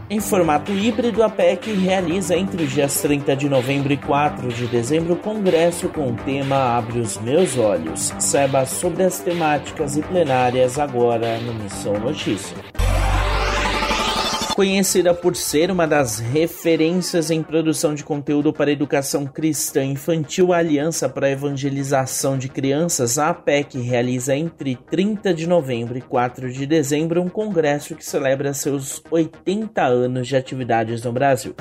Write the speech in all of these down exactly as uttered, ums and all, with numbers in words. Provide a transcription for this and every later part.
Em formato híbrido, a P E C realiza entre os dias trinta de novembro e quatro de dezembro o congresso com o tema Abre os Meus Olhos. Saiba sobre as temáticas e plenárias agora no Missão Notícia. Conhecida por ser uma das referências em produção de conteúdo para educação cristã infantil, a Aliança para a Evangelização de Crianças, a A P E C, realiza entre trinta de novembro e quatro de dezembro um congresso que celebra seus oitenta anos de atividades no Brasil.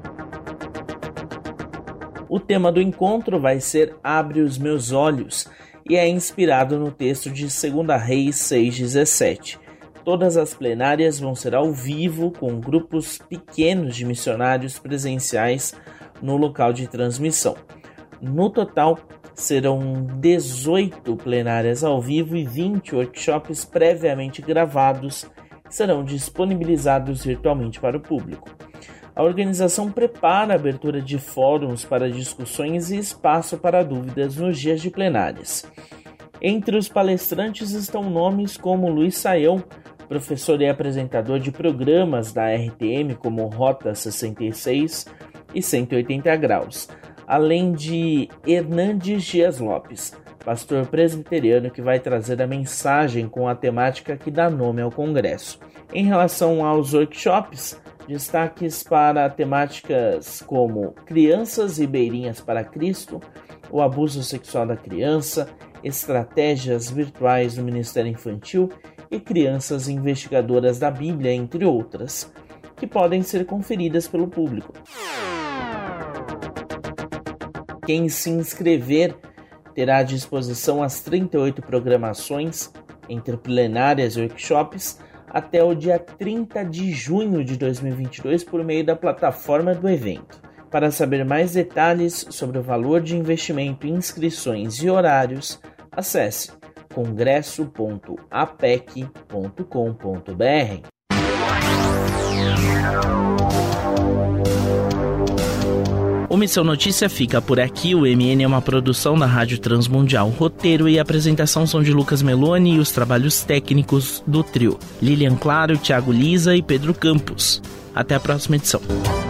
O tema do encontro vai ser Abre os Meus Olhos e é inspirado no texto de Segunda Reis seis, dezessete. Todas as plenárias vão ser ao vivo, com grupos pequenos de missionários presenciais no local de transmissão. No total, serão dezoito plenárias ao vivo e vinte workshops previamente gravados que serão disponibilizados virtualmente para o público. A organização prepara a abertura de fóruns para discussões e espaço para dúvidas nos dias de plenárias. Entre os palestrantes estão nomes como Luiz Saião, professor e apresentador de programas da R T M como Rota sessenta e seis e cento e oitenta graus, além de Hernandes Dias Lopes, pastor presbiteriano que vai trazer a mensagem com a temática que dá nome ao congresso. Em relação aos workshops, destaques para temáticas como Crianças Ribeirinhas para Cristo, o abuso sexual da criança, estratégias virtuais no Ministério Infantil e Crianças Investigadoras da Bíblia, entre outras, que podem ser conferidas pelo público. Quem se inscrever terá à disposição as trinta e oito programações, entre plenárias e workshops, até o dia trinta de junho de dois mil e vinte e dois por meio da plataforma do evento. Para saber mais detalhes sobre o valor de investimento, inscrições e horários, acesse congresso ponto a p e c ponto com ponto b r. O Missão Notícia fica por aqui. O M N é uma produção da Rádio Transmundial. Roteiro e apresentação são de Lucas Meloni e os trabalhos técnicos do trio Lilian Claro, Thiago Lisa e Pedro Campos. Até a próxima edição.